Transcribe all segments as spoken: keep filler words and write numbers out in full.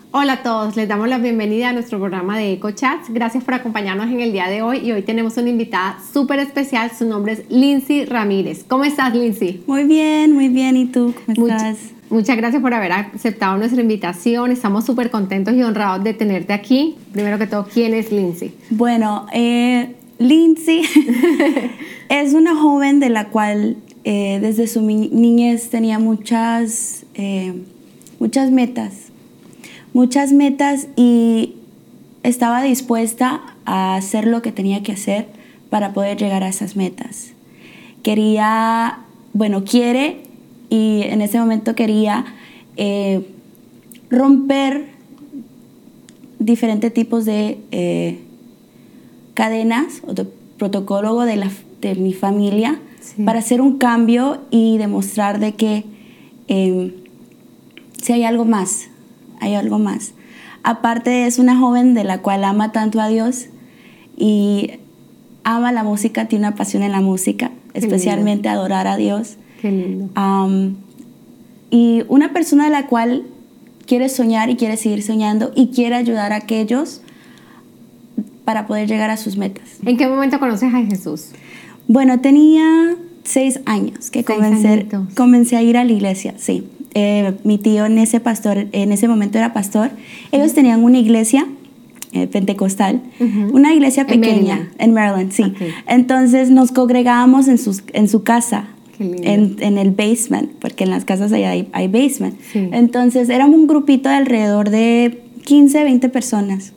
Hola a todos, les damos la bienvenida a nuestro programa de EcoChats. Gracias por acompañarnos en el día de hoy y hoy tenemos una invitada súper especial. Su nombre es Lindsay Ramírez. ¿Cómo estás, Lindsay? Muy bien, muy bien. ¿Y tú cómo Much estás? Muchas gracias por haber aceptado nuestra invitación. Estamos súper contentos y honrados de tenerte aquí. Primero que todo, ¿quién es Lindsay? Bueno, eh, Lindsay es una joven de la cual eh, desde su niñez tenía muchas, eh, muchas metas. Muchas metas y estaba dispuesta a hacer lo que tenía que hacer para poder llegar a esas metas. Quería, bueno, quiere y en ese momento quería eh, romper diferentes tipos de eh, cadenas o de protocolo de, la, de mi familia, sí, para hacer un cambio y demostrar de que eh, si hay algo más. Hay algo más. Aparte, es una joven de la cual ama tanto a Dios y ama la música, tiene una pasión en la música, qué especialmente lindo. Adorar a Dios. Qué lindo. Um, y una persona de la cual quiere soñar y quiere seguir soñando y quiere ayudar a aquellos para poder llegar a sus metas. ¿En qué momento conoces a Jesús? Bueno, tenía seis años que seis comencé, comencé a ir a la iglesia, sí. Eh, mi tío en ese pastor, en ese momento era pastor. Ellos uh-huh. tenían una iglesia eh, pentecostal, uh-huh. una iglesia pequeña en Maryland, en Maryland sí. Okay. Entonces nos congregábamos en, sus, en su casa, en, en el basement, porque en las casas allá hay, hay basement. Sí. Entonces éramos un grupito de alrededor de quince, veinte personas.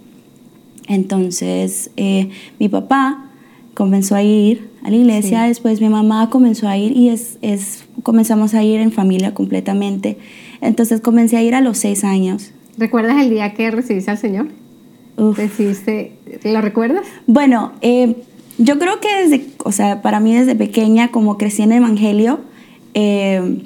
Entonces eh, mi papá comenzó a ir a la iglesia, sí. Después mi mamá comenzó a ir y es, es, comenzamos a ir en familia completamente. Entonces comencé a ir a los seis años. ¿Recuerdas el día que recibiste al Señor? Uf. ¿Recibiste, ¿Lo recuerdas? Bueno, eh, yo creo que desde, o sea, para mí desde pequeña, como crecí en el Evangelio, eh,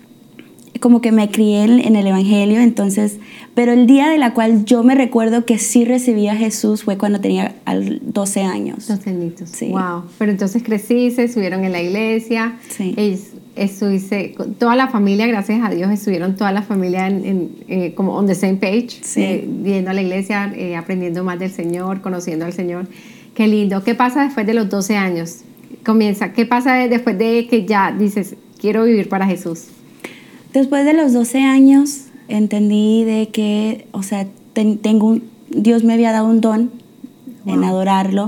como que me crié en el Evangelio, entonces, pero el día de la cual yo me recuerdo que sí recibí a Jesús fue cuando tenía doce años. doce añitos, sí. Wow. Pero entonces creciste, estuvieron en la iglesia, sí. Estuviste, toda la familia, gracias a Dios, estuvieron toda la familia en, en, eh, como on the same page, sí. eh, yendo a la iglesia, eh, aprendiendo más del Señor, conociendo al Señor. Qué lindo. ¿Qué pasa después de los doce años? Comienza, ¿qué pasa después de que ya dices, quiero vivir para Jesús? Después de los doce años entendí de que, o sea, ten, tengo un, Dios me había dado un don, wow, en adorarlo.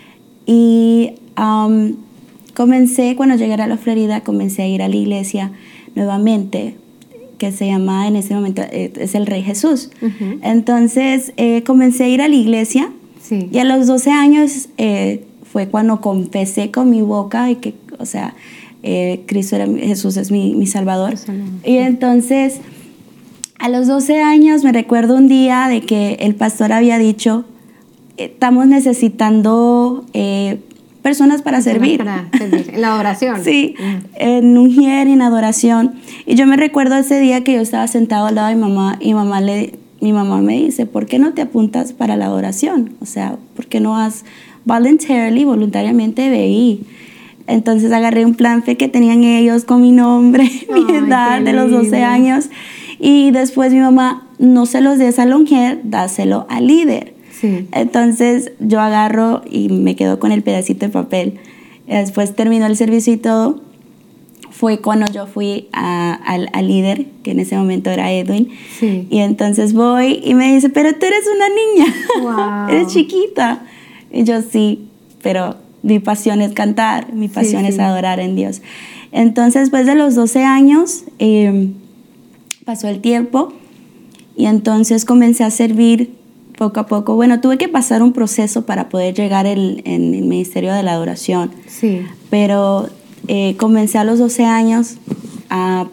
Y um, comencé, cuando llegué a la Florida, comencé a ir a la iglesia nuevamente, que se llama en ese momento, eh, es el Rey Jesús. Uh-huh. Entonces eh, comencé a ir a la iglesia, sí. Y a los doce años eh, fue cuando confesé con mi boca y que, o sea, Eh, Cristo era, Jesús es mi, mi Salvador. Sí. Y entonces a los doce años me recuerdo un día de que el pastor había dicho, estamos necesitando eh, personas para personas servir. Para servir, en la adoración. Sí, mm. en ungir, en adoración. Y yo me recuerdo ese día que yo estaba sentado al lado de mi mamá y mamá le, mi mamá me dice, ¿por qué no te apuntas para la adoración? O sea, ¿por qué no has voluntarily, voluntariamente veí? Entonces agarré un plan fe que tenían ellos con mi nombre, mi Ay, edad de los doce años. Y después mi mamá, no se los des al unger, dáselo al líder. Sí. Entonces yo agarro y me quedo con el pedacito de papel. Después terminó el servicio y todo. Fue cuando yo fui a, al, al líder, que en ese momento era Edwin. Sí. Y entonces voy y me dice, pero tú eres una niña, wow. Eres chiquita. Y yo sí, pero mi pasión es cantar, mi pasión sí, es sí. adorar en Dios. Entonces, después de los doce años, eh, pasó el tiempo y entonces comencé a servir poco a poco. Bueno, tuve que pasar un proceso para poder llegar el, en el ministerio de la adoración. Sí. Pero eh, comencé a los doce años a,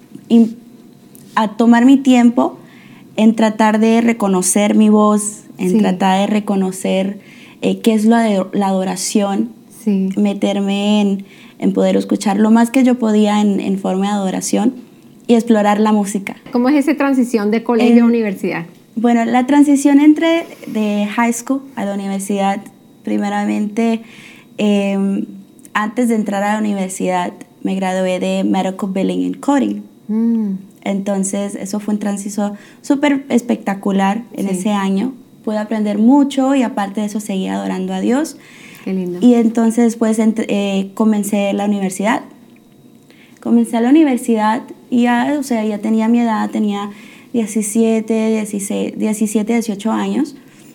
a tomar mi tiempo en tratar de reconocer mi voz, en sí. tratar de reconocer Eh, qué es la, de, la adoración, sí. meterme en, en poder escuchar lo más que yo podía en, en forma de adoración y explorar la música. ¿Cómo es esa transición de colegio en, a universidad? Bueno, la transición entre de high school a la universidad, primeramente, eh, antes de entrar a la universidad, me gradué de Medical Billing and Coding. Mm. Entonces, eso fue un tránsito súper espectacular en Sí. ese año. Pude aprender mucho y aparte de eso seguía adorando a Dios. Qué lindo. Y entonces, pues, ent- eh, comencé la universidad. Comencé a la universidad y ya, o sea, ya tenía mi edad, tenía diecisiete, dieciséis, diecisiete, dieciocho años.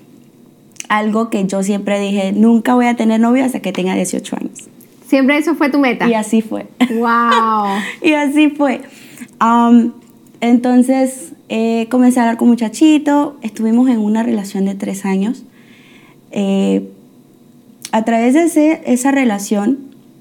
Algo que yo siempre dije, nunca voy a tener novio hasta que tenga dieciocho años. Siempre eso fue tu meta. Y así fue. Wow. Y así fue. Um, entonces eh, comencé a hablar con un muchachito, estuvimos en una relación de tres años. Eh, a través de ese, esa relación,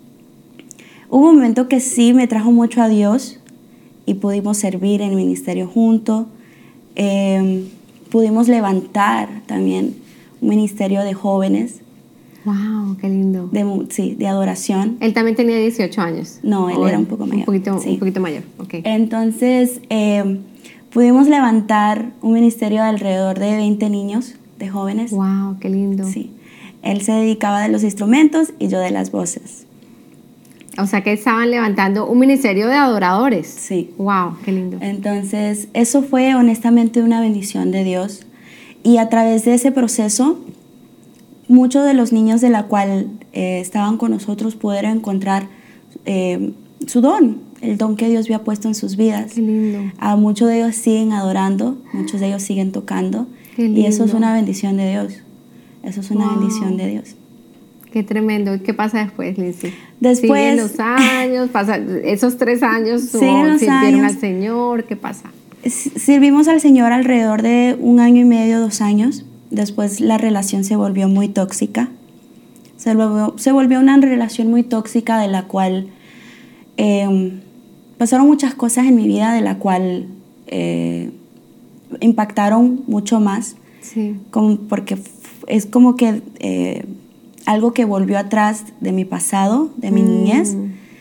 hubo un momento que sí me trajo mucho a Dios y pudimos servir en el ministerio juntos. Eh, pudimos levantar también un ministerio de jóvenes, Wow, qué lindo. de, sí, de adoración. Él también tenía dieciocho años. No, él ¿O era un poco mayor. Un poquito, sí. un poquito mayor, ok. Entonces, eh, pudimos levantar un ministerio de alrededor de veinte niños, de jóvenes. Wow, qué lindo. Sí. Él se dedicaba de los instrumentos y yo de las voces. O sea que estaban levantando un ministerio de adoradores. Sí. Wow, qué lindo. Entonces, eso fue honestamente una bendición de Dios. Y a través de ese proceso, muchos de los niños de la cual eh, estaban con nosotros pudieron encontrar eh, su don, el don que Dios había puesto en sus vidas. Qué lindo. A muchos de ellos siguen adorando, muchos de ellos siguen tocando. Qué Y eso es lindo. una bendición de Dios. Eso es una Wow. bendición de Dios. Qué tremendo. ¿Y qué pasa después, Lindsay? Después- Siguen los años, pasa, esos tres años, Siguen o los sirvieron años. al Señor, ¿qué pasa? S- Servimos al Señor alrededor de un año y medio, dos años. Después la relación se volvió muy tóxica. Se volvió, se volvió una relación muy tóxica de la cual eh, pasaron muchas cosas en mi vida de la cual eh, impactaron mucho más. Sí. Como- porque f- es como que eh, algo que volvió atrás de mi pasado, de mi Mm. niñez,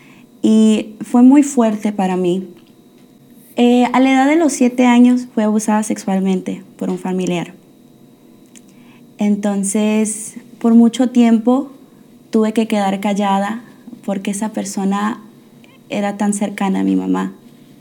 y fue muy fuerte para mí. Eh, a la edad de los siete años fui abusada sexualmente por un familiar. Entonces, por mucho tiempo tuve que quedar callada porque esa persona era tan cercana a mi mamá.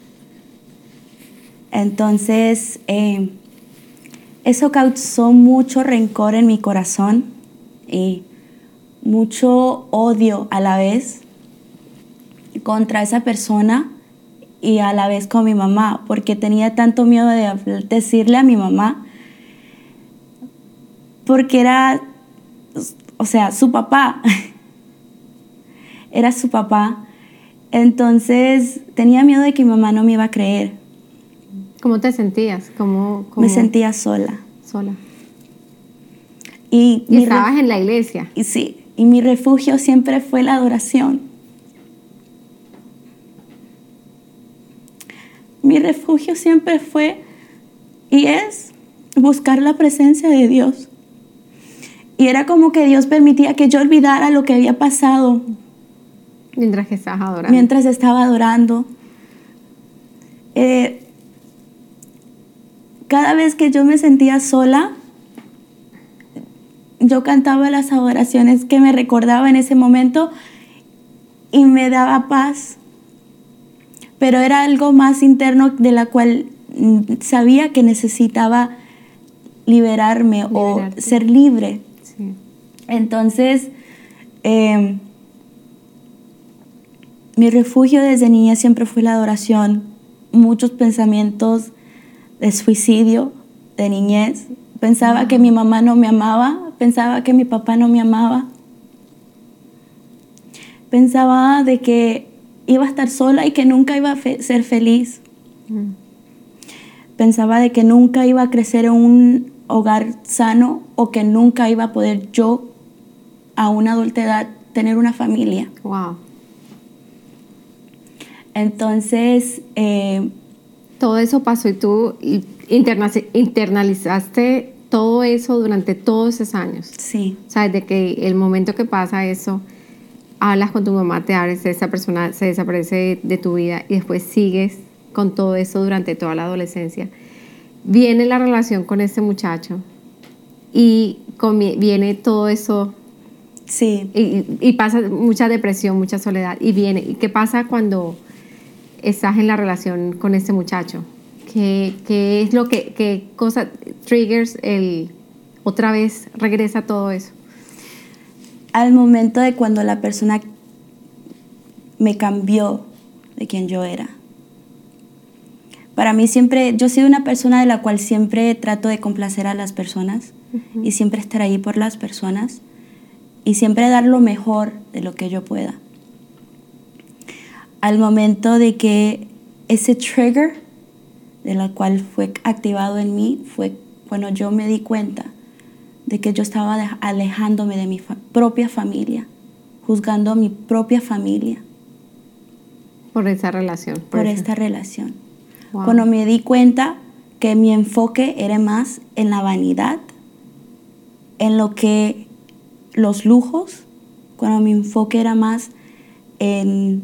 Entonces, eh, eso causó mucho rencor en mi corazón y mucho odio a la vez contra esa persona y a la vez con mi mamá, porque tenía tanto miedo de habl- decirle a mi mamá, porque era, o sea, su papá, era su papá. Entonces tenía miedo de que mi mamá no me iba a creer. ¿Cómo te sentías? ¿Cómo, cómo- Me sentía sola. sola? Y, Y mi estabas re- en la iglesia. y sí, y mi refugio siempre fue la adoración. Mi refugio siempre fue y es buscar la presencia de Dios. Y era como que Dios permitía que yo olvidara lo que había pasado Mientras que estabas adorando. mientras estaba adorando. Eh, cada vez que yo me sentía sola, yo cantaba las adoraciones que me recordaba en ese momento y me daba paz. Pero era algo más interno de la cual mm, sabía que necesitaba liberarme Liberarte. o ser libre. Sí. Entonces, eh, mi refugio desde niña siempre fue la adoración. Muchos pensamientos de suicidio de niñez. Pensaba Wow. que mi mamá no me amaba, pensaba que mi papá no me amaba. Pensaba de que iba a estar sola y que nunca iba a fe- ser feliz. Mm. Pensaba de que nunca iba a crecer en un hogar sano o que nunca iba a poder yo a una adulta edad tener una familia. Wow. Entonces, eh, Todo eso pasó y tú interna- internalizaste todo eso durante todos esos años. sí, O sea, desde que el momento que pasa eso, hablas con tu mamá, te abres, esa persona se desaparece de tu vida y después sigues con todo eso durante toda la adolescencia. Viene la relación con este muchacho y comie- viene todo eso sí. y, y pasa mucha depresión, mucha soledad y viene. ¿Y qué pasa cuando estás en la relación con este muchacho? ¿Qué, qué es lo que, qué cosa triggers el, otra vez regresa todo eso? Al momento de cuando la persona me cambió de quien yo era. Para mí siempre, yo soy una persona de la cual siempre trato de complacer a las personas uh-huh. y siempre estar ahí por las personas y siempre dar lo mejor de lo que yo pueda. Al momento de que ese trigger de la cual fue activado en mí fue cuando yo me di cuenta de que yo estaba alejándome de mi fa- propia familia, juzgando a mi propia familia. Por esa relación. Por, por esta relación. Wow. Cuando me di cuenta que mi enfoque era más en la vanidad, en lo que los lujos, cuando mi enfoque era más en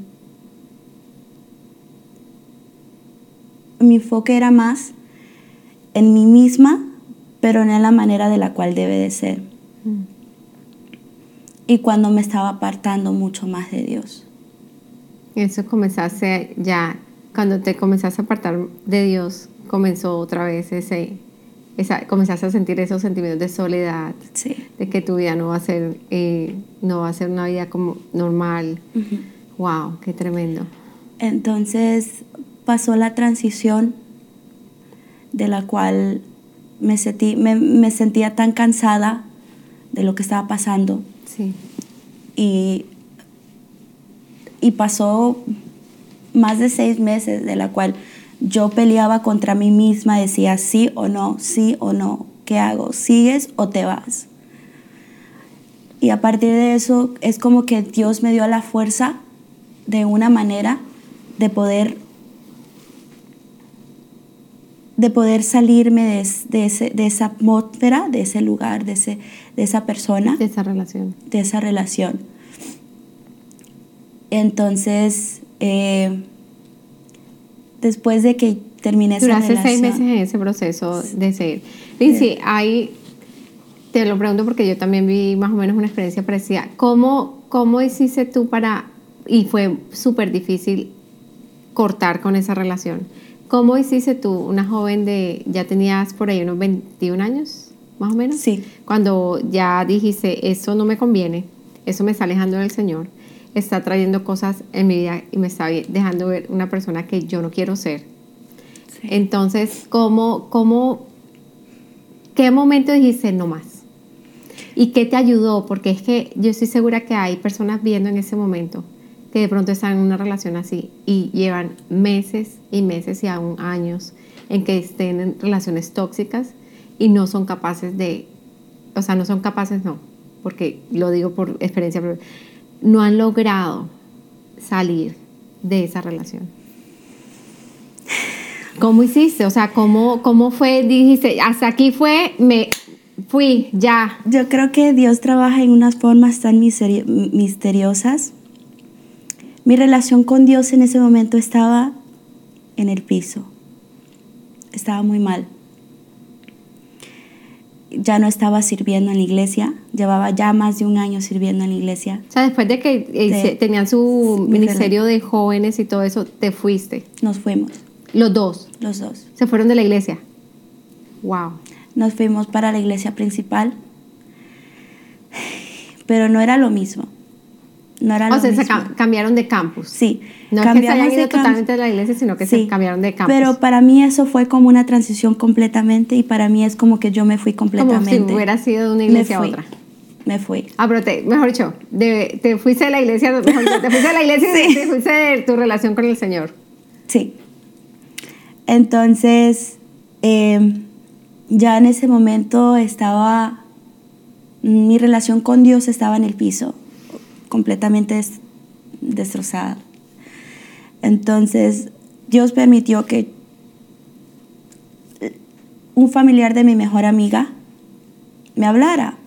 mi enfoque era más en mí misma, pero no en la manera de la cual debe de ser. Mm. Y cuando me estaba apartando mucho más de Dios. Eso comenzaste ya, cuando te comenzaste a apartar de Dios, comenzó otra vez ese, esa, comenzaste a sentir esos sentimientos de soledad, sí. de que tu vida no va a ser, eh, no va a ser una vida como normal. Uh-huh. Wow, qué tremendo. Entonces pasó la transición de la cual me, sentí, me, me sentía tan cansada de lo que estaba pasando. Sí. Y, y pasó más de seis meses de la cual yo peleaba contra mí misma, decía sí o no, sí o no, ¿qué hago? ¿Sigues o te vas? Y a partir de eso es como que Dios me dio la fuerza de una manera de poder de poder salirme de, de, ese, de esa atmósfera, de ese lugar, de, ese, de esa persona. De esa relación. De esa relación. Entonces, eh, después de que terminé esa relación... Duraste seis meses en ese proceso de seguir. Lindsay, ahí te lo pregunto porque yo también vi más o menos una experiencia parecida. ¿Cómo, cómo hiciste tú para... Y fue súper difícil cortar con esa relación. ¿Cómo hiciste tú, una joven de, ya tenías por ahí unos veintiún años, más o menos? Sí. Cuando ya dijiste, eso no me conviene, eso me está alejando del Señor, está trayendo cosas en mi vida y me está dejando ver una persona que yo no quiero ser. Sí. Entonces, ¿cómo, cómo, qué momento dijiste no más? ¿Y qué te ayudó? Porque es que yo estoy segura que hay personas viendo en ese momento que de pronto están en una relación así y llevan meses y meses y aún años en que estén en relaciones tóxicas y no son capaces de, o sea, no son capaces, no, porque lo digo por experiencia, pero no han logrado salir de esa relación. ¿Cómo hiciste? O sea, ¿cómo, cómo fue? Dijiste, hasta aquí fue, me fui, ya. Yo creo que Dios trabaja en unas formas tan misteri- misteriosas. Mi relación con Dios en ese momento estaba en el piso. Estaba muy mal. Ya no estaba sirviendo en la iglesia. Llevaba ya más de un año sirviendo en la iglesia. O sea, después de que eh, de, tenían su ministerio de jóvenes y todo eso, te fuiste. Nos fuimos. ¿Los dos? Los dos. ¿Se fueron de la iglesia? Wow. Nos fuimos para la iglesia principal. Pero no era lo mismo. No era o lo sea, mismo. se ca- cambiaron de campus. Sí. No es que se hayan ido totalmente de la iglesia, sino que sí, se cambiaron de campus. Pero para mí eso fue como una transición completamente y para mí es como que yo me fui completamente. Como si hubiera sido de una iglesia a otra. Me fui. Ah, pero te, mejor dicho, de, te fuiste de la iglesia, mejor dicho, te fuiste de la iglesia sí. y te fuiste de tu relación con el Señor. Sí. Entonces, eh, ya en ese momento estaba, mi relación con Dios estaba en el piso, completamente des- destrozada. Entonces, Dios permitió que un familiar de mi mejor amiga me hablara.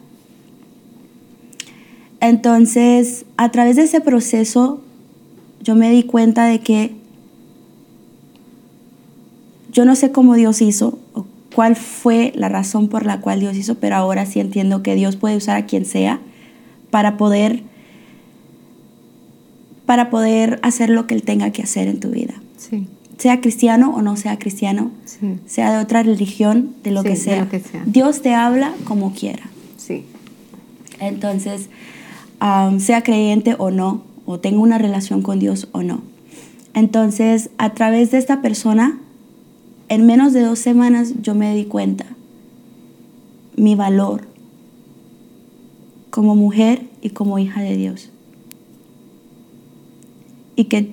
Entonces, a través de ese proceso, yo me di cuenta de que yo no sé cómo Dios hizo, o cuál fue la razón por la cual Dios hizo, pero ahora sí entiendo que Dios puede usar a quien sea para poder, para poder hacer lo que Él tenga que hacer en tu vida. Sí. Sea cristiano o no sea cristiano, Sí. sea de otra religión, de lo, Sí, que de sea. lo que sea. Dios te habla como quiera. Sí. Entonces, um, sea creyente o no, o tenga una relación con Dios o no. Entonces, a través de esta persona, en menos de dos semanas yo me di cuenta mi valor como mujer y como hija de Dios. Y que,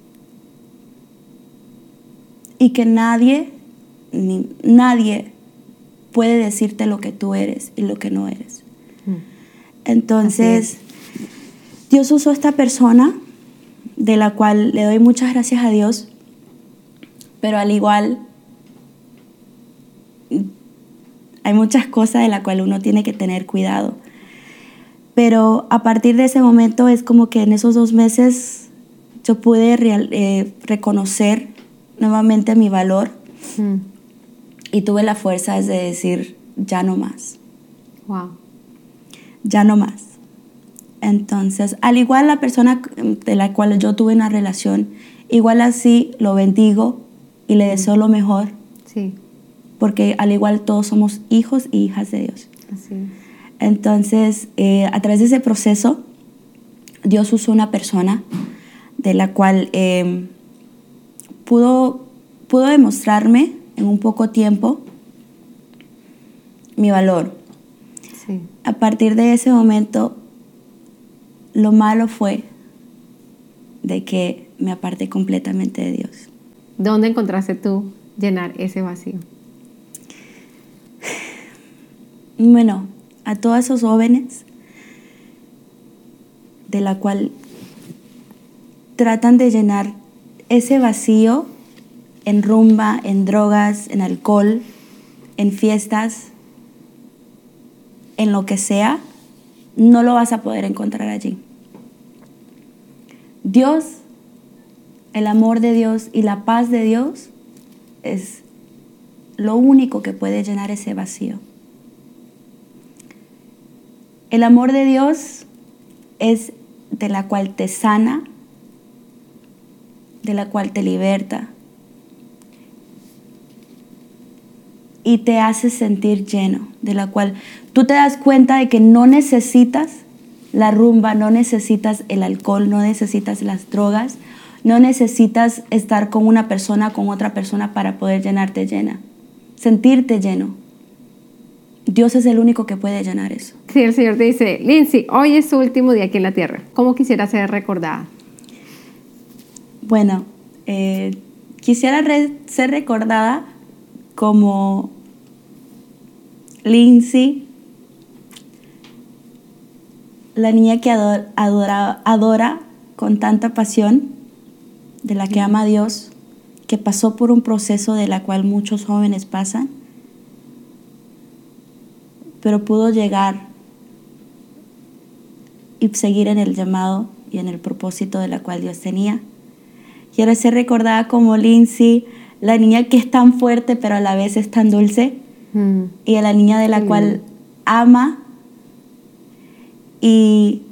y que nadie, ni, nadie puede decirte lo que tú eres y lo que no eres. Entonces, Dios usó a esta persona, de la cual le doy muchas gracias a Dios, pero al igual hay muchas cosas de las cuales uno tiene que tener cuidado. Pero a partir de ese momento es como que en esos dos meses yo pude real, eh, reconocer nuevamente mi valor mm. y tuve la fuerza de decir, ya no más. Wow. Ya no más. Entonces, al igual la persona de la cual yo tuve una relación, igual así lo bendigo y le deseo lo mejor. Sí. Porque al igual todos somos hijos y hijas de Dios. Así es. Entonces, eh, a través de ese proceso, Dios usó una persona de la cual eh, pudo, pudo demostrarme en un poco tiempo mi valor. Sí. A partir de ese momento, lo malo fue de que me aparté completamente de Dios. ¿Dónde encontraste tú llenar ese vacío? Bueno, a todos esos jóvenes de la cual tratan de llenar ese vacío en rumba, en drogas, en alcohol, en fiestas, en lo que sea, no lo vas a poder encontrar allí. Dios, el amor de Dios y la paz de Dios es lo único que puede llenar ese vacío. El amor de Dios es de la cual te sana, de la cual te liberta y te hace sentir lleno, de la cual tú te das cuenta de que no necesitas la rumba, no necesitas el alcohol, no necesitas las drogas, no necesitas estar con una persona, con otra persona para poder llenarte llena, sentirte lleno. Dios es el único que puede llenar eso. Sí, el Señor te dice, Lindsay, hoy es tu último día aquí en la tierra. ¿Cómo quisiera ser recordada? Bueno, eh, quisiera re- ser recordada como Lindsay, la niña que adora, adora, adora con tanta pasión, de la que ama a Dios, que pasó por un proceso de la cual muchos jóvenes pasan, pero pudo llegar y seguir en el llamado y en el propósito de la cual Dios tenía. Quiero ser recordada como Lindsay, la niña que es tan fuerte pero a la vez es tan dulce, mm. y a la niña de la mm. cual ama y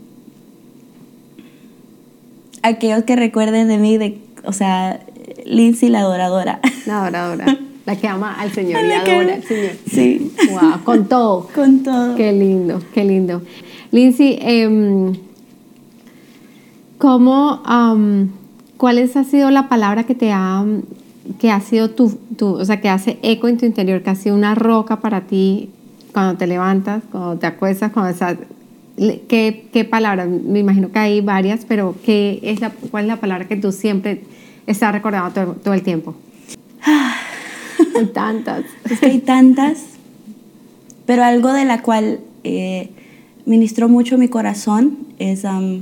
aquellos que recuerden de mí, de, o sea, Lindsay la adoradora. La adoradora. La que ama al Señor y adora al Señor. Sí. Wow, con todo. Con todo. Qué lindo, qué lindo. Lindsay, eh, ¿cómo, um, cuál es, ha sido la palabra que te ha, que ha sido tu, tu, o sea, que hace eco en tu interior, que ha sido una roca para ti cuando te levantas, cuando te acuestas, cuando estás, ¿qué, qué palabra? Me imagino que hay varias, pero ¿qué es la, ¿cuál es la palabra que tú siempre estás recordando todo, todo el tiempo? Hay tantas. Es que hay tantas, pero algo de la cual eh, ministró mucho mi corazón es um,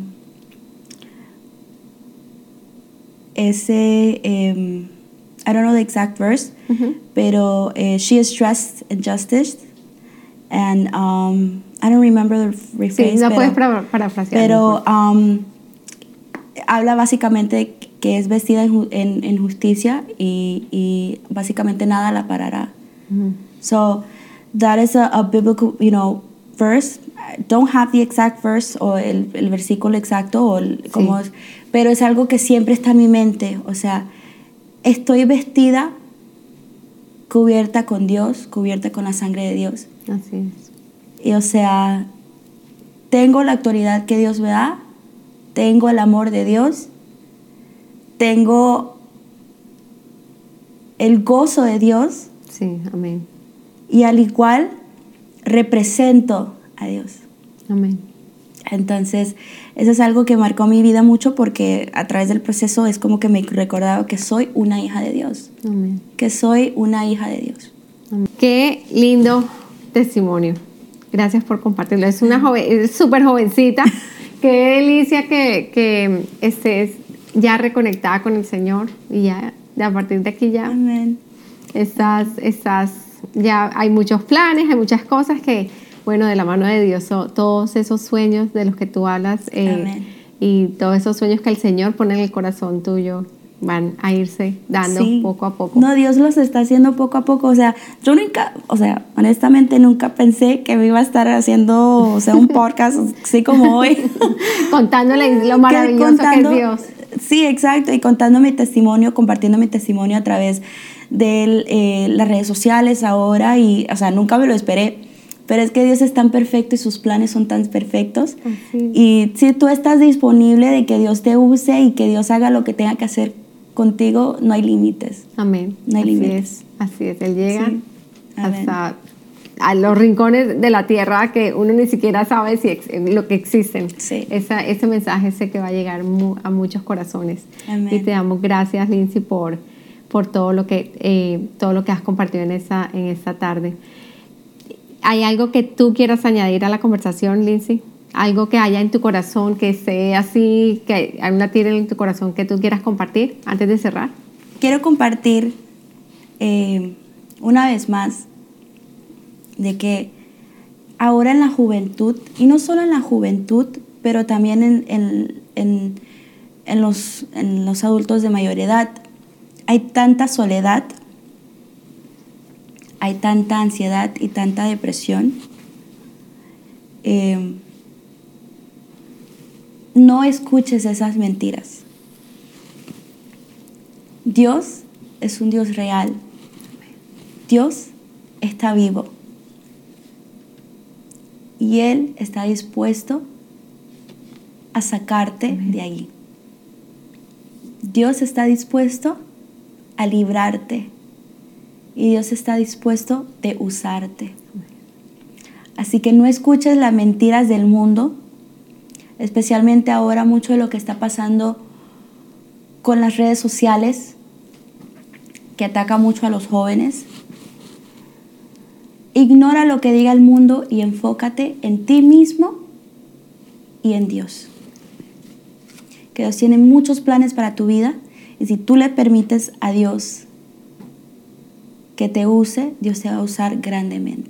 ese, um, I don't know the exact verse, uh-huh. pero uh, she is dressed in justice, and um, I don't remember the rephrase. Sí, no pero, puedes parafrasear. Pero um, habla básicamente que es vestida en, en, en justicia y, y básicamente nada la parará. Mm-hmm. So that is a, a biblical, you know, verse. Don't have the exact verse o el, el versículo exacto, o el, sí. como es, pero es algo que siempre está en mi mente. O sea, estoy vestida, cubierta con Dios, cubierta con la sangre de Dios. Así es. Y o sea, tengo la autoridad que Dios me da, tengo el amor de Dios, tengo el gozo de Dios. Sí, amén. Y al igual represento a Dios. Amén. Entonces, eso es algo que marcó mi vida mucho porque a través del proceso es como que me recordaba que soy una hija de Dios. Amén. Que soy una hija de Dios. Amén. Qué lindo testimonio. Gracias por compartirlo. Es una joven, es súper jovencita. Qué delicia que, que estés ya reconectada con el Señor y ya a partir de aquí ya Amén. estás, estás, ya hay muchos planes, hay muchas cosas que, bueno, de la mano de Dios, so, todos esos sueños de los que tú hablas eh, y todos esos sueños que el Señor pone en el corazón tuyo van a irse dando sí. poco a poco. No, Dios los está haciendo poco a poco. O sea, yo nunca, o sea, honestamente nunca pensé que me iba a estar haciendo, o sea, un podcast así como hoy. Contándole lo maravilloso que, contando, que es Dios. Sí, exacto. Y contando mi testimonio, compartiendo mi testimonio a través de eh, las redes sociales ahora. Y, o sea, nunca me lo esperé. Pero es que Dios es tan perfecto y sus planes son tan perfectos. Así. Y si tú estás disponible de que Dios te use y que Dios haga lo que tenga que hacer contigo, no hay límites. Amén. No hay así límites. Es, así es. Él llega sí. hasta a los rincones de la tierra que uno ni siquiera sabe si ex, lo que existen. Sí. Esa, ese mensaje sé que va a llegar mu, a muchos corazones. Amén. Y te damos gracias, Lindsay, por, por todo, lo que, eh, todo lo que has compartido en esta, en esta tarde. ¿Hay algo que tú quieras añadir a la conversación, Lindsay? Algo que haya en tu corazón, que esté así, que hay una tira en tu corazón que tú quieras compartir antes de cerrar. Quiero compartir eh, una vez más de que ahora en la juventud, y no solo en la juventud, pero también en, en, en, en, los, en los adultos de mayor edad, hay tanta soledad, hay tanta ansiedad y tanta depresión. Eh, no escuches esas mentiras. Dios es un Dios real. Dios está vivo. Y Él está dispuesto a sacarte Amén. De ahí. Dios está dispuesto a librarte. Y Dios está dispuesto de usarte. Así que no escuches las mentiras del mundo, especialmente ahora mucho de lo que está pasando con las redes sociales, que ataca mucho a los jóvenes. Ignora lo que diga el mundo y enfócate en ti mismo y en Dios. Que Dios tiene muchos planes para tu vida y si tú le permites a Dios que te use, Dios te va a usar grandemente.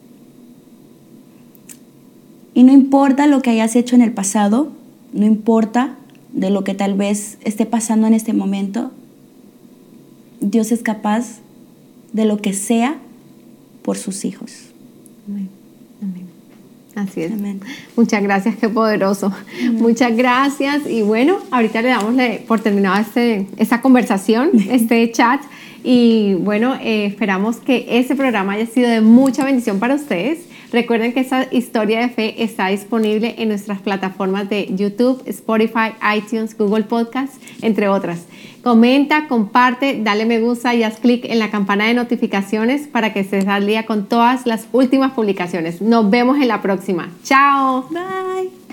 Y no importa lo que hayas hecho en el pasado, no importa de lo que tal vez esté pasando en este momento, Dios es capaz de lo que sea por sus hijos. Amén. Amén. Así es. Amén. Muchas gracias, qué poderoso. Amén. Muchas gracias. Y bueno, ahorita le damos por terminado este, esta conversación, este chat. Y bueno, eh, esperamos que este programa haya sido de mucha bendición para ustedes. Recuerden que esta historia de fe está disponible en nuestras plataformas de YouTube, Spotify, iTunes, Google Podcasts, entre otras. Comenta, comparte, dale me gusta y haz clic en la campana de notificaciones para que estés al día con todas las últimas publicaciones. Nos vemos en la próxima. ¡Chao! Bye.